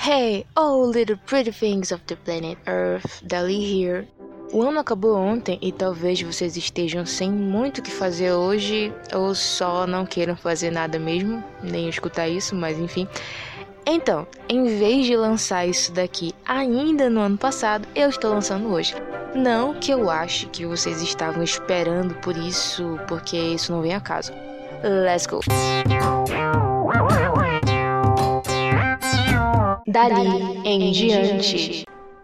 Hey, oh little pretty things of the planet Earth, Dali here. O ano acabou ontem e talvez vocês estejam sem muito o que fazer hoje ou só não queiram fazer nada mesmo, nem escutar isso, mas enfim. Então, em vez de lançar isso daqui ainda no ano passado, eu estou lançando hoje. Não que eu ache que vocês estavam esperando por isso, porque isso não vem a caso. Let's go! Dali em diante.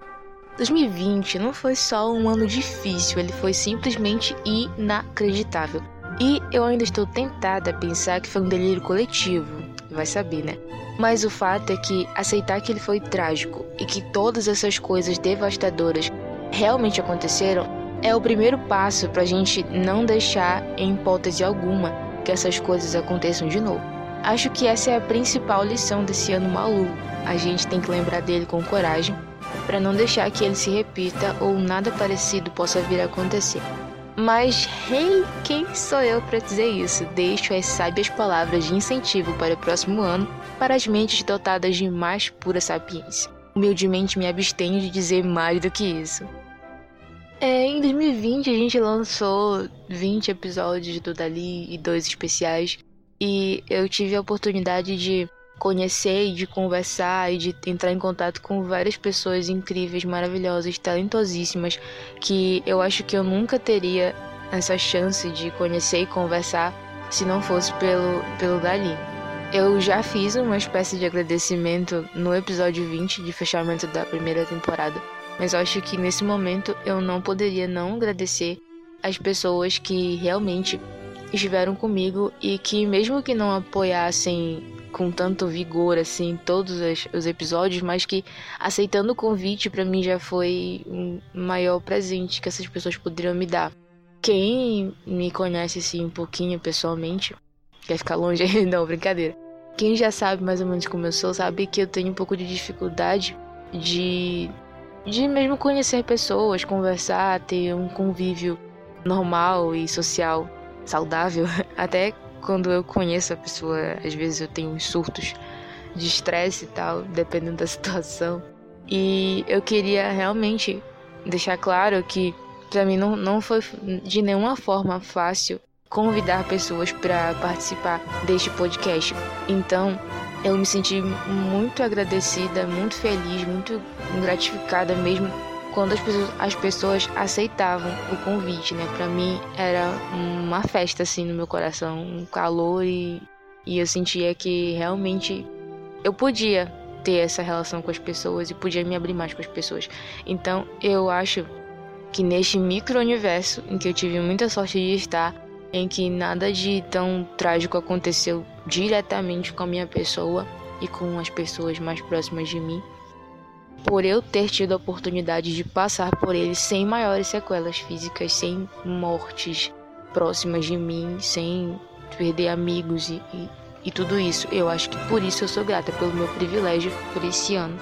2020 não foi só um ano difícil, ele foi simplesmente inacreditável. E eu ainda estou tentada a pensar que foi um delírio coletivo, vai saber, né? Mas o fato é que aceitar que ele foi trágico e que todas essas coisas devastadoras realmente aconteceram é o primeiro passo pra gente não deixar, em hipótese alguma, que essas coisas aconteçam de novo. Acho que essa é a principal lição desse ano maluco. A gente tem que lembrar dele com coragem para não deixar que ele se repita ou nada parecido possa vir a acontecer. Mas, hey, quem sou eu para dizer isso? Deixo as sábias palavras de incentivo para o próximo ano para as mentes dotadas de mais pura sapiência. Humildemente me abstenho de dizer mais do que isso. Em 2020 a gente lançou 20 episódios do Dali e 2 especiais. E eu tive a oportunidade de conhecer e de conversar e de entrar em contato com várias pessoas incríveis, maravilhosas, talentosíssimas, que eu acho que eu nunca teria essa chance de conhecer e conversar se não fosse pelo Dali. Eu já fiz uma espécie de agradecimento no episódio 20 de fechamento da primeira temporada, mas eu acho que nesse momento eu não poderia não agradecer as pessoas que realmente estiveram comigo e que mesmo que não apoiassem com tanto vigor assim todos os episódios, mas que aceitando o convite para mim já foi um maior presente que essas pessoas poderiam me dar. Quem me conhece assim um pouquinho pessoalmente, quer ficar longe aí? Não, brincadeira. Quem já sabe mais ou menos como eu sou, sabe que eu tenho um pouco de dificuldade de mesmo conhecer pessoas, conversar, ter um convívio normal e social saudável. Até quando eu conheço a pessoa, às vezes eu tenho uns surtos de estresse e tal, dependendo da situação. E eu queria realmente deixar claro que pra mim não foi de nenhuma forma fácil convidar pessoas para participar deste podcast. Então eu me senti muito agradecida, muito feliz, muito gratificada mesmo quando as pessoas aceitavam o convite, né? Pra mim era uma festa, assim, no meu coração, um calor e eu sentia que realmente eu podia ter essa relação com as pessoas e podia me abrir mais com as pessoas. Então eu acho que neste micro-universo em que eu tive muita sorte de estar, em que nada de tão trágico aconteceu diretamente com a minha pessoa e com as pessoas mais próximas de mim, por eu ter tido a oportunidade de passar por ele sem maiores sequelas físicas, sem mortes próximas de mim, sem perder amigos e tudo isso. Eu acho que por isso eu sou grata, pelo meu privilégio por esse ano.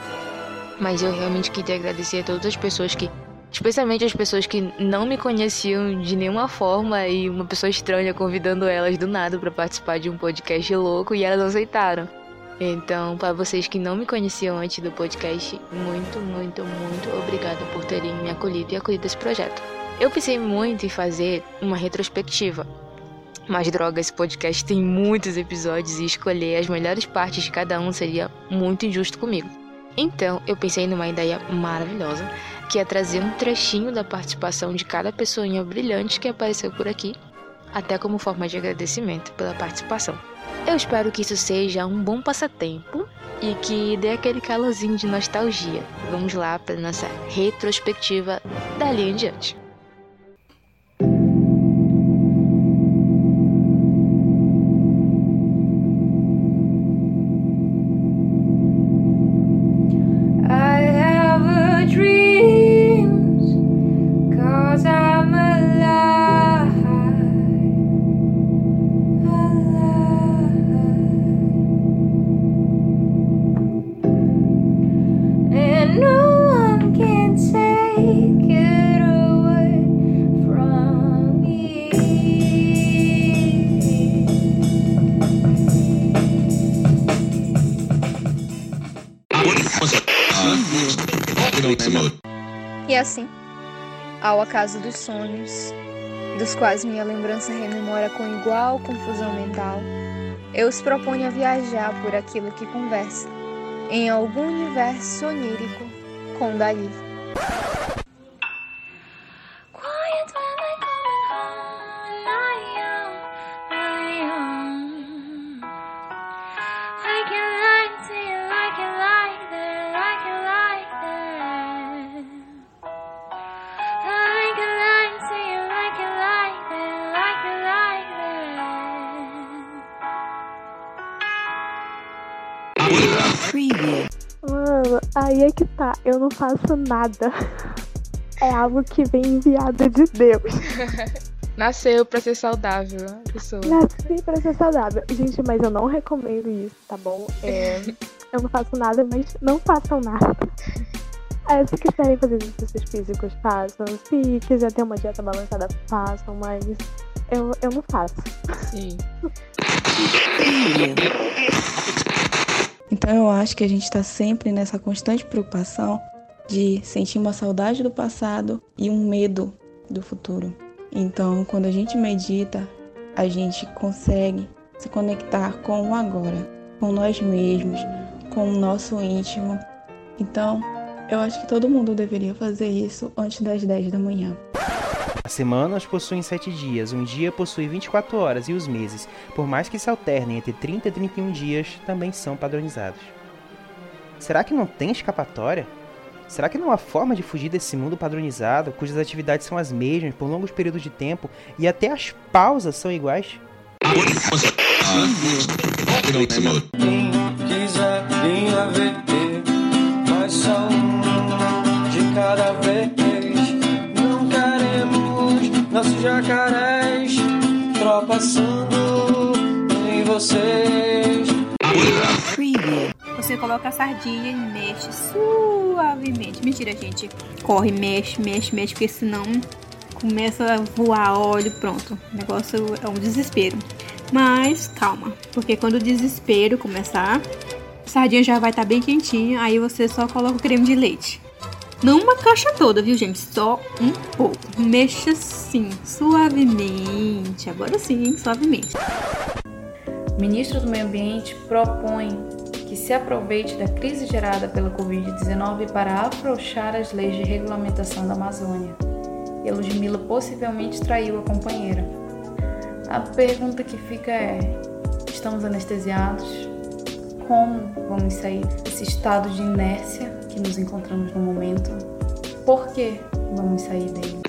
Mas eu realmente queria agradecer a todas as pessoas que, especialmente as pessoas que não me conheciam de nenhuma forma e uma pessoa estranha convidando elas do nada para participar de um podcast louco e elas não aceitaram. Então, para vocês que não me conheciam antes do podcast, muito, muito, muito obrigada por terem me acolhido e acolhido esse projeto. Eu pensei muito em fazer uma retrospectiva, mas droga, esse podcast tem muitos episódios e escolher as melhores partes de cada um seria muito injusto comigo. Então, eu pensei numa ideia maravilhosa, que é trazer um trechinho da participação de cada pessoinha brilhante que apareceu por aqui, até como forma de agradecimento pela participação. Eu espero que isso seja um bom passatempo e que dê aquele calorzinho de nostalgia. Vamos lá para nossa retrospectiva dali em diante. No one can take it away. E assim, ao acaso dos sonhos, dos quais minha lembrança rememora com igual confusão mental, eu os proponho a viajar por aquilo que conversa, em algum universo onírico com Dali. Mano, aí é que tá, eu não faço nada. É algo que vem enviado de Deus. Nasceu pra ser saudável, a pessoa. Nasci pra ser saudável. Gente, mas eu não recomendo isso, tá bom? Eu não faço nada, mas não façam nada. Se quiserem fazer exercícios físicos, façam. Se quiser ter uma dieta balanceada, façam, mas eu não faço. Sim. Então eu acho que a gente está sempre nessa constante preocupação de sentir uma saudade do passado e um medo do futuro. Então, quando a gente medita, a gente consegue se conectar com o agora, com nós mesmos, com o nosso íntimo. Então, eu acho que todo mundo deveria fazer isso antes das 10 da manhã. As semanas possuem 7 dias, um dia possui 24 horas e os meses, por mais que se alternem entre 30 e 31 dias, também são padronizados. Será que não tem escapatória? Será que não há forma de fugir desse mundo padronizado, cujas atividades são as mesmas por longos períodos de tempo e até as pausas são iguais? Quem quiser vir a ver, mas só um de cada vez. Não queremos nossos jacarés tropeçando em vocês. Você coloca a sardinha e mexe suavemente. Mentira, gente. Corre, mexe, porque senão começa a voar óleo, pronto. O negócio é um desespero. Mas calma, porque quando o desespero começar, a sardinha já vai estar bem quentinha, aí você só coloca o creme de leite. Não uma caixa toda, viu, gente? Só um pouco. Mexa assim, suavemente. Agora sim, suavemente. O ministro do Meio Ambiente propõe que se aproveite da crise gerada pela Covid-19 para afrouxar as leis de regulamentação da Amazônia. E a Ludmilla possivelmente traiu a companheira. A pergunta que fica é: estamos anestesiados? Como vamos sair desse estado de inércia que nos encontramos no momento? Por que vamos sair dele?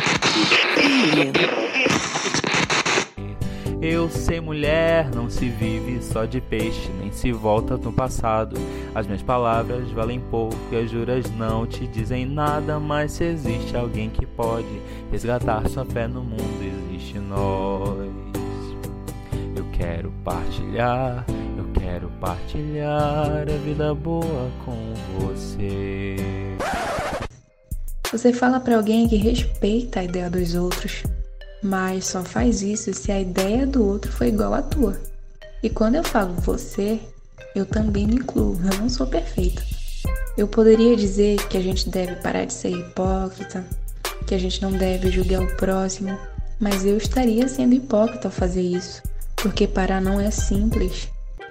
Eu sei, mulher, não se vive só de peixe, nem se volta no passado. As minhas palavras valem pouco e as juras não te dizem nada, mas se existe alguém que pode resgatar sua fé no mundo, existe nós. Eu quero partilhar a vida boa com você. Você fala para alguém que respeita a ideia dos outros, mas só faz isso se a ideia do outro for igual à tua. E quando eu falo você, eu também me incluo, eu não sou perfeita. Eu poderia dizer que a gente deve parar de ser hipócrita, que a gente não deve julgar o próximo, mas eu estaria sendo hipócrita ao fazer isso, porque parar não é simples.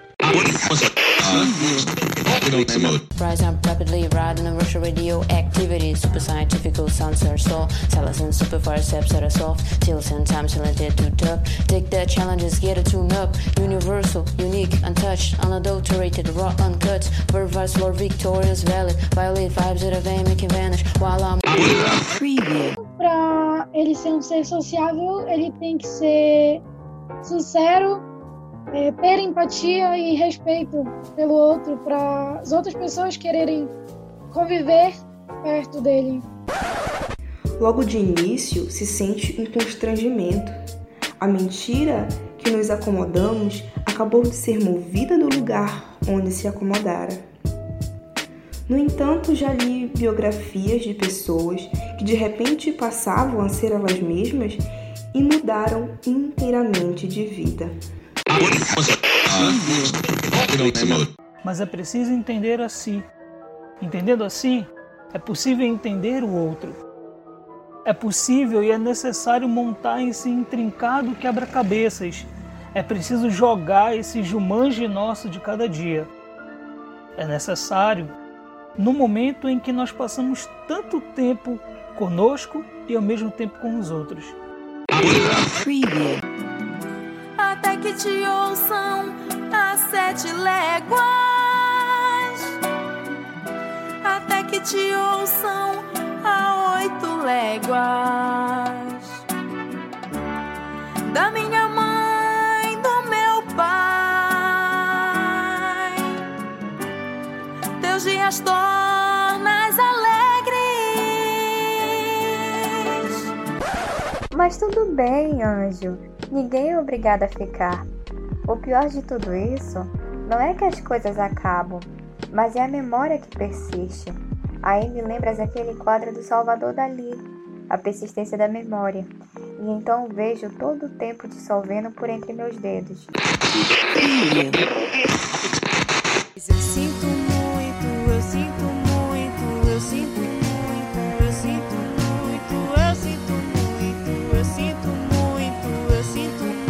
Rise up rapidly, riding on Russian radio activity. Super scientific sounds are so silent and super far steps that are soft. Till 10 times talented to top. Take the challenges, get it tuned up. Universal, unique, untouched, unadulterated, raw, uncut. Verbs for victorious, valid. Violate vibes that vem, make it vanish. While I'm Pra ele ser um ser sociável, ele tem que ser sincero, ter empatia e respeito pelo outro, para as outras pessoas quererem conviver perto dele. Logo de início, se sente um constrangimento. A mentira que nos acomodamos acabou de ser movida do lugar onde se acomodara. No entanto, já li biografias de pessoas que de repente passavam a ser elas mesmas e mudaram inteiramente de vida. Mas é preciso entender a si. Entendendo assim, é possível entender o outro. É possível e é necessário montar esse intrincado quebra-cabeças. É preciso jogar esse Jumanji nosso de cada dia. É necessário, no momento em que nós passamos tanto tempo conosco e ao mesmo tempo com os outros. Até que te ouçam a 7 léguas, até que te ouçam a 8 léguas da minha mãe, do meu pai. Teus dias tornas alegres. Mas tudo bem, anjo. Ninguém é obrigado a ficar. O pior de tudo isso não é que as coisas acabam, mas é a memória que persiste. Aí me lembras aquele quadro do Salvador Dalí, a persistência da memória. E então vejo todo o tempo dissolvendo por entre meus dedos. Eu sinto muito, eu sinto muito, eu sinto muito, eu sinto muito, eu sinto muito, eu sinto muito, eu sinto muito.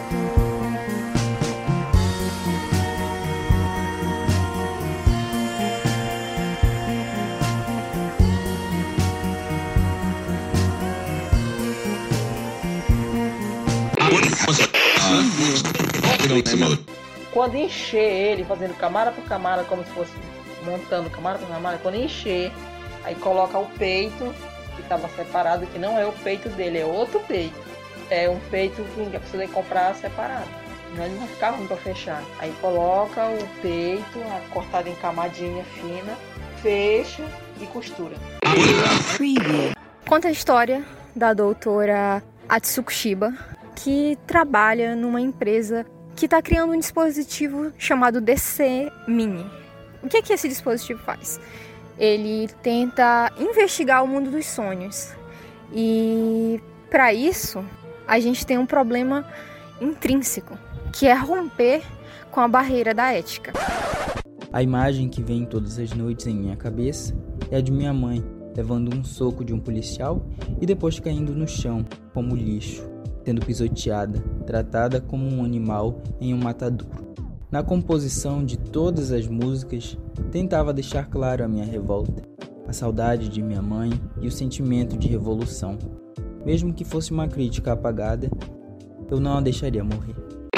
Quando encher ele, fazendo camada por camada, como se fosse montando camada por camada, quando encher, aí coloca o peito, que estava separado, que não é o peito dele, é outro peito. É um peito que precisa comprar separado. Senão ele vai ficar ruim para fechar. Aí coloca o peito, cortado em camadinha fina, fecha e costura. Conta a história da doutora Atsuko Shiba, que trabalha numa empresa que está criando um dispositivo chamado DC Mini. O que é que esse dispositivo faz? Ele tenta investigar o mundo dos sonhos. E para isso, a gente tem um problema intrínseco, que é romper com a barreira da ética. A imagem que vem todas as noites em minha cabeça é a de minha mãe, levando um soco de um policial e depois caindo no chão, como lixo, sendo pisoteada, tratada como um animal em um matadouro. Na composição de todas as músicas, tentava deixar claro a minha revolta, a saudade de minha mãe e o sentimento de revolução. Mesmo que fosse uma crítica apagada, eu não a deixaria morrer.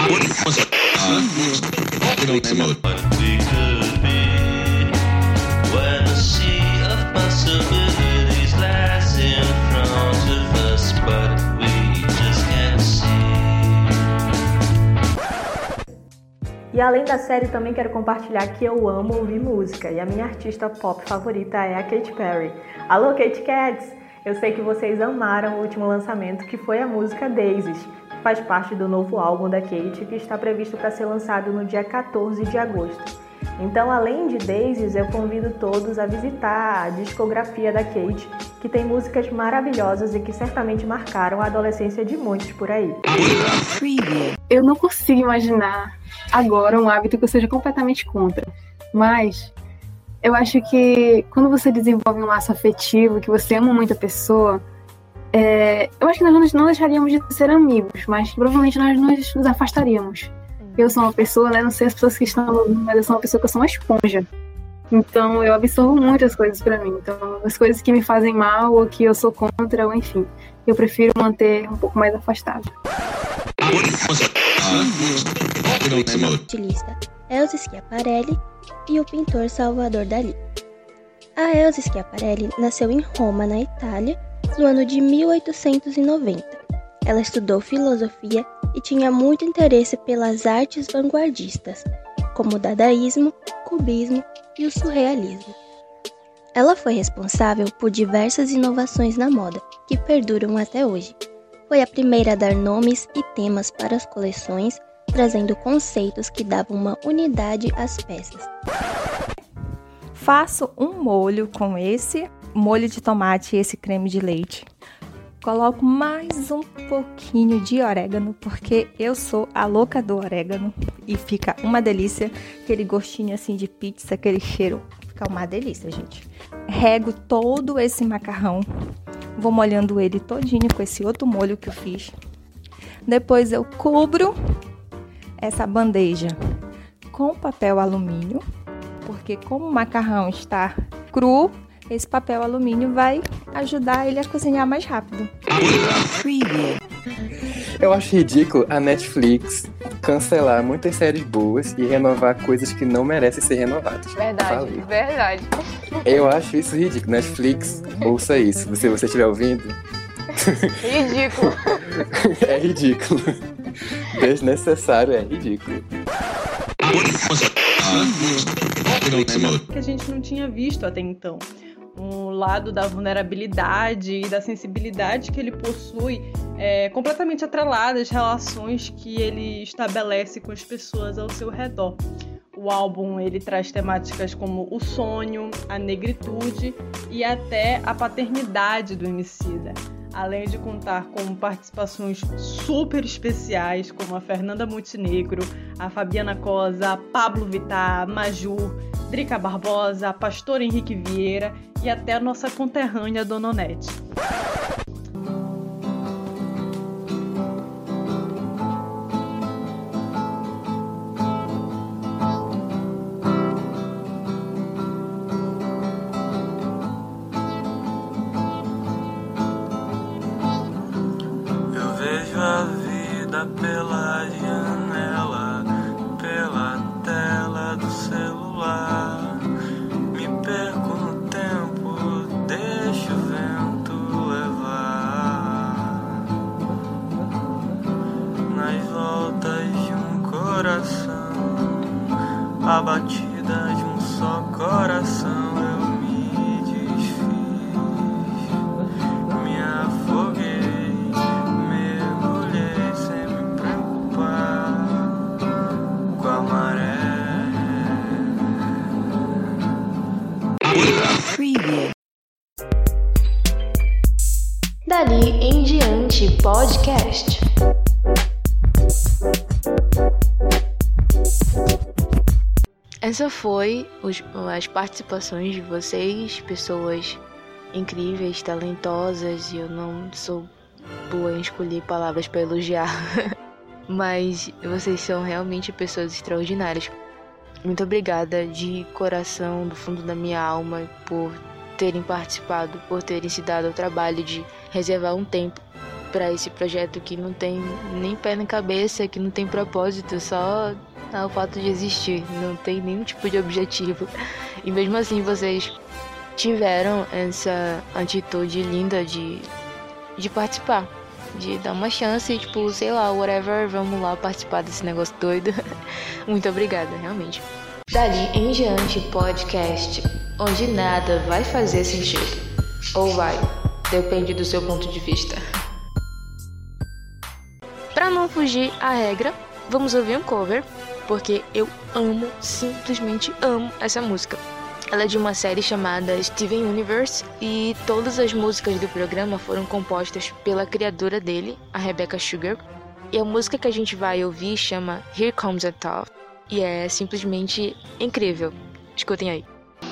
E além da série, também quero compartilhar que eu amo ouvir música e a minha artista pop favorita é a Katy Perry. Alô, Katy Cats! Eu sei que vocês amaram o último lançamento, que foi a música Daisies, que faz parte do novo álbum da Katy, que está previsto para ser lançado no dia 14 de agosto. Então, além de Daisies, eu convido todos a visitar a discografia da Katy, que tem músicas maravilhosas e que certamente marcaram a adolescência de muitos por aí. Eu não consigo imaginar agora um hábito que eu seja completamente contra, mas eu acho que quando você desenvolve um laço afetivo, que você ama muito a pessoa, eu acho que nós não deixaríamos de ser amigos, mas provavelmente nós nos afastaríamos. Eu sou uma pessoa, não sei as pessoas que estão ouvindo, mas eu sou uma pessoa que eu sou uma esponja. Então eu absorvo muitas coisas pra mim. Então as coisas que me fazem mal ou que eu sou contra, ou enfim, eu prefiro manter um pouco mais afastado. Estilista Elsa Schiaparelli e o pintor Salvador Dalí. A Elsa Schiaparelli nasceu em Roma, na Itália, no ano de 1890. Ela estudou filosofia e tinha muito interesse pelas artes vanguardistas, como o dadaísmo, cubismo e o surrealismo. Ela foi responsável por diversas inovações na moda, que perduram até hoje. Foi a primeira a dar nomes e temas para as coleções, trazendo conceitos que davam uma unidade às peças. Faço um molho com esse molho de tomate e esse creme de leite. Coloco mais um pouquinho de orégano, porque eu sou a louca do orégano. E fica uma delícia, aquele gostinho assim de pizza, aquele cheiro ficar uma delícia, gente. Rego todo esse macarrão, vou molhando ele todinho com esse outro molho que eu fiz. Depois eu cubro essa bandeja com papel alumínio, porque como o macarrão está cru, esse papel alumínio vai ajudar ele a cozinhar mais rápido. Eu acho ridículo a Netflix cancelar muitas séries boas e renovar coisas que não merecem ser renovadas. Verdade, verdade. Eu acho isso ridículo. Netflix, ouça isso. Se você estiver ouvindo. Ridículo. É ridículo. Desnecessário, é ridículo. Que a gente não tinha visto até então. Um lado da vulnerabilidade e da sensibilidade que ele possui completamente atrelada às relações que ele estabelece com as pessoas ao seu redor. O álbum ele traz temáticas como o sonho, a negritude e até a paternidade do Emicida, além de contar com participações super especiais como a Fernanda Montenegro, a Fabiana Cosa, a Pablo Vittar, a Majur, Drica Barbosa, a Pastor Henrique Vieira e até a nossa conterrânea Dona Onete. Eu vejo a vida pela janela, pela tela do celular. Me perco no tempo, deixo o vento levar. Nas voltas de um coração, a batida de um só coração, eu me desfiz, me afoguei, mergulhei sem me preocupar com a maré. Dali em diante podcast. Essa foi as participações de vocês, pessoas incríveis, talentosas, e eu não sou boa em escolher palavras para elogiar, mas vocês são realmente pessoas extraordinárias. Muito obrigada de coração, do fundo da minha alma, por terem participado, por terem se dado ao trabalho de reservar um tempo para esse projeto que não tem nem pé nem cabeça, que não tem propósito, só o fato de existir, não tem nenhum tipo de objetivo. E mesmo assim vocês tiveram essa atitude linda de participar, de dar uma chance, tipo, sei lá, whatever, vamos lá participar desse negócio doido. Muito obrigada, realmente. Dali em diante podcast, onde nada vai fazer sentido. Ou vai, depende do seu ponto de vista. Pra não fugir à regra, vamos ouvir um cover, porque eu amo, simplesmente amo essa música. Ela é de uma série chamada Steven Universe e todas as músicas do programa foram compostas pela criadora dele, a Rebecca Sugar. E a música que a gente vai ouvir chama Here Comes a Thought e é simplesmente incrível. Escutem aí.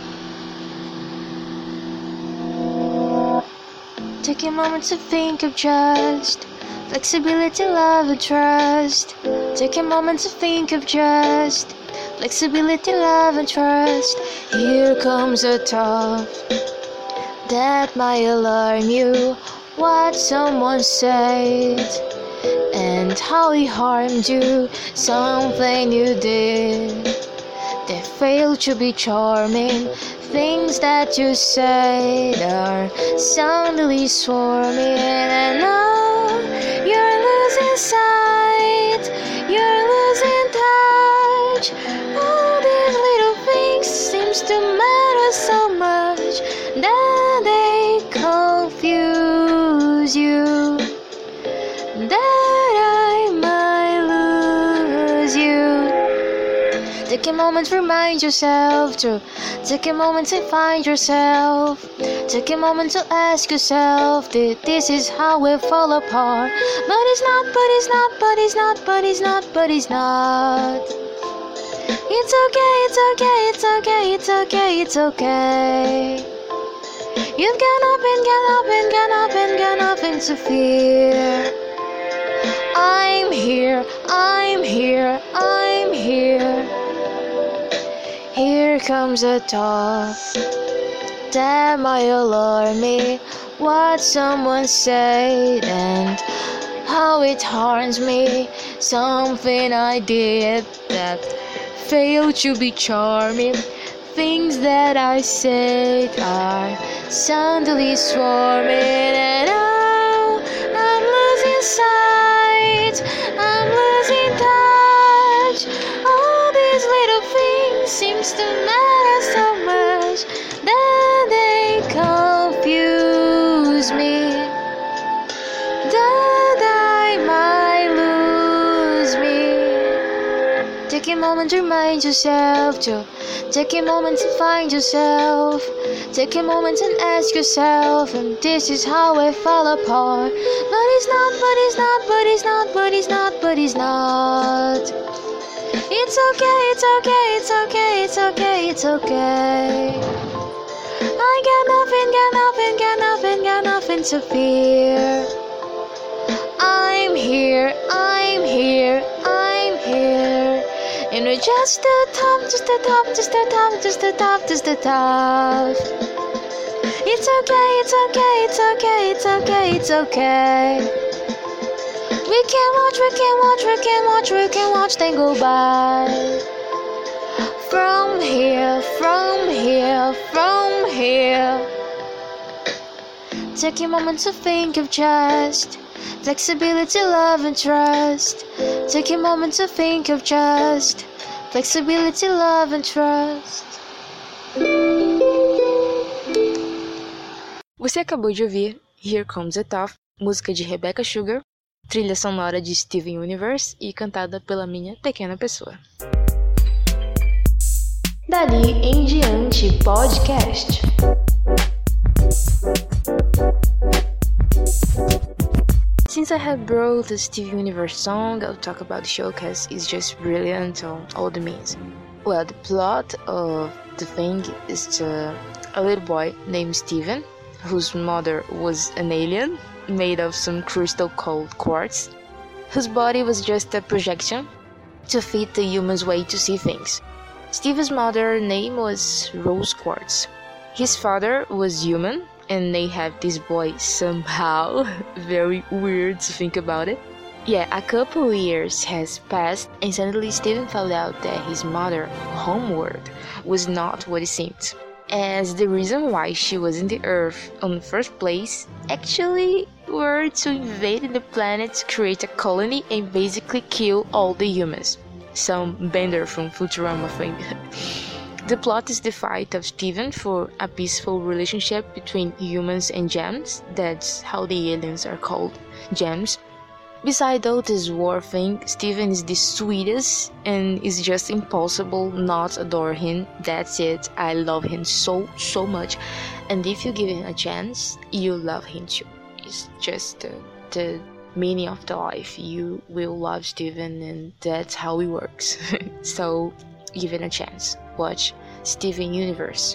Take a moment to think of just flexibility, love and trust. Take a moment to think of just flexibility, love and trust. Here comes a thought that might alarm you. What someone said and how it harmed you. Something you did that failed to be charming. Things that you said are suddenly swarming. And now you're losing sight, you're losing touch. All these little things seems to matter so much that they confuse you, that I might lose you. Take a moment to remind yourself to take a moment to find yourself. Take a moment to ask yourself that this is how we fall apart. But it's not, but it's not, but it's not, but it's not, but it's not. It's okay, it's okay, it's okay, it's okay, it's okay. You've got nothing to fear. I'm here, I'm here, I'm here. Here comes a thought that might alarm me. What someone said and how it harms me. Something I did that failed to be charming. Things that I said are suddenly swarming, and now I'm losing sight, I'm losing touch. All these little things seems to matter so much that they confuse me, that I might lose me. Take a moment to remind yourself to take a moment to find yourself. Take a moment and ask yourself, and this is how I fall apart. But it's not, but it's not, but it's not, but it's not, but it's not. It's okay, it's okay, it's okay, it's okay, it's okay. I got nothing to fear. I'm here, I'm here, I'm here. And we're just the top, just the top, just the top, just the top, just the top. It's okay, it's okay, it's okay, it's okay, it's okay. We can watch, we can watch, we can watch, we can watch them go by. From here, from here, from here. Take a moment to think of just flexibility, love and trust. Take a moment to think of just flexibility, love and trust. Você acabou de ouvir Here Comes a Tough, música de Rebecca Sugar, trilha sonora de Steven Universe e cantada pela minha pequena pessoa. Dali em diante, podcast. Since I have brought the Steven Universe song, I'll talk about the show because it's just brilliant on all the means. Well, the plot of the thing is a little boy named Steven, whose mother was an alien made of some crystal called quartz, whose body was just a projection to fit the human's way to see things. Steven's mother's name was Rose Quartz. His father was human, and they have this boy somehow. Very weird to think about it. Yeah, a couple years has passed, and suddenly Steven found out that his mother, homeworld, was not what it seemed. As the reason why she was in the Earth on the first place actually were to invade the planet to create a colony and basically kill all the humans. Some Bender from Futurama thing. The plot is the fight of Steven for a peaceful relationship between humans and gems. That's how the aliens are called, gems. Beside all this war thing, Steven is the sweetest and it's just impossible not adore him. That's it. I love him so much. And if you give him a chance, you love him too. It's just the meaning of the life. You will love Steven and that's how it works. So give it a chance. Watch Steven Universe.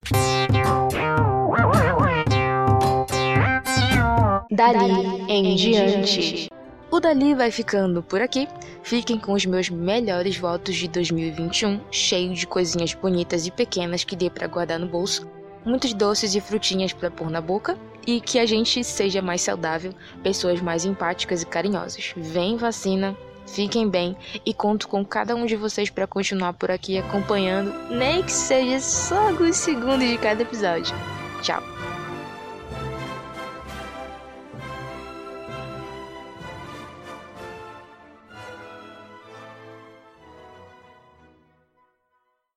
Dali em diante. O Dali vai ficando por aqui. Fiquem com os meus melhores votos de 2021, cheio de coisinhas bonitas e pequenas que dê pra guardar no bolso, muitos doces e frutinhas pra pôr na boca, e que a gente seja mais saudável, pessoas mais empáticas e carinhosas. Vem vacina, fiquem bem e conto com cada um de vocês pra continuar por aqui acompanhando, nem que seja só alguns segundos de cada episódio. Tchau!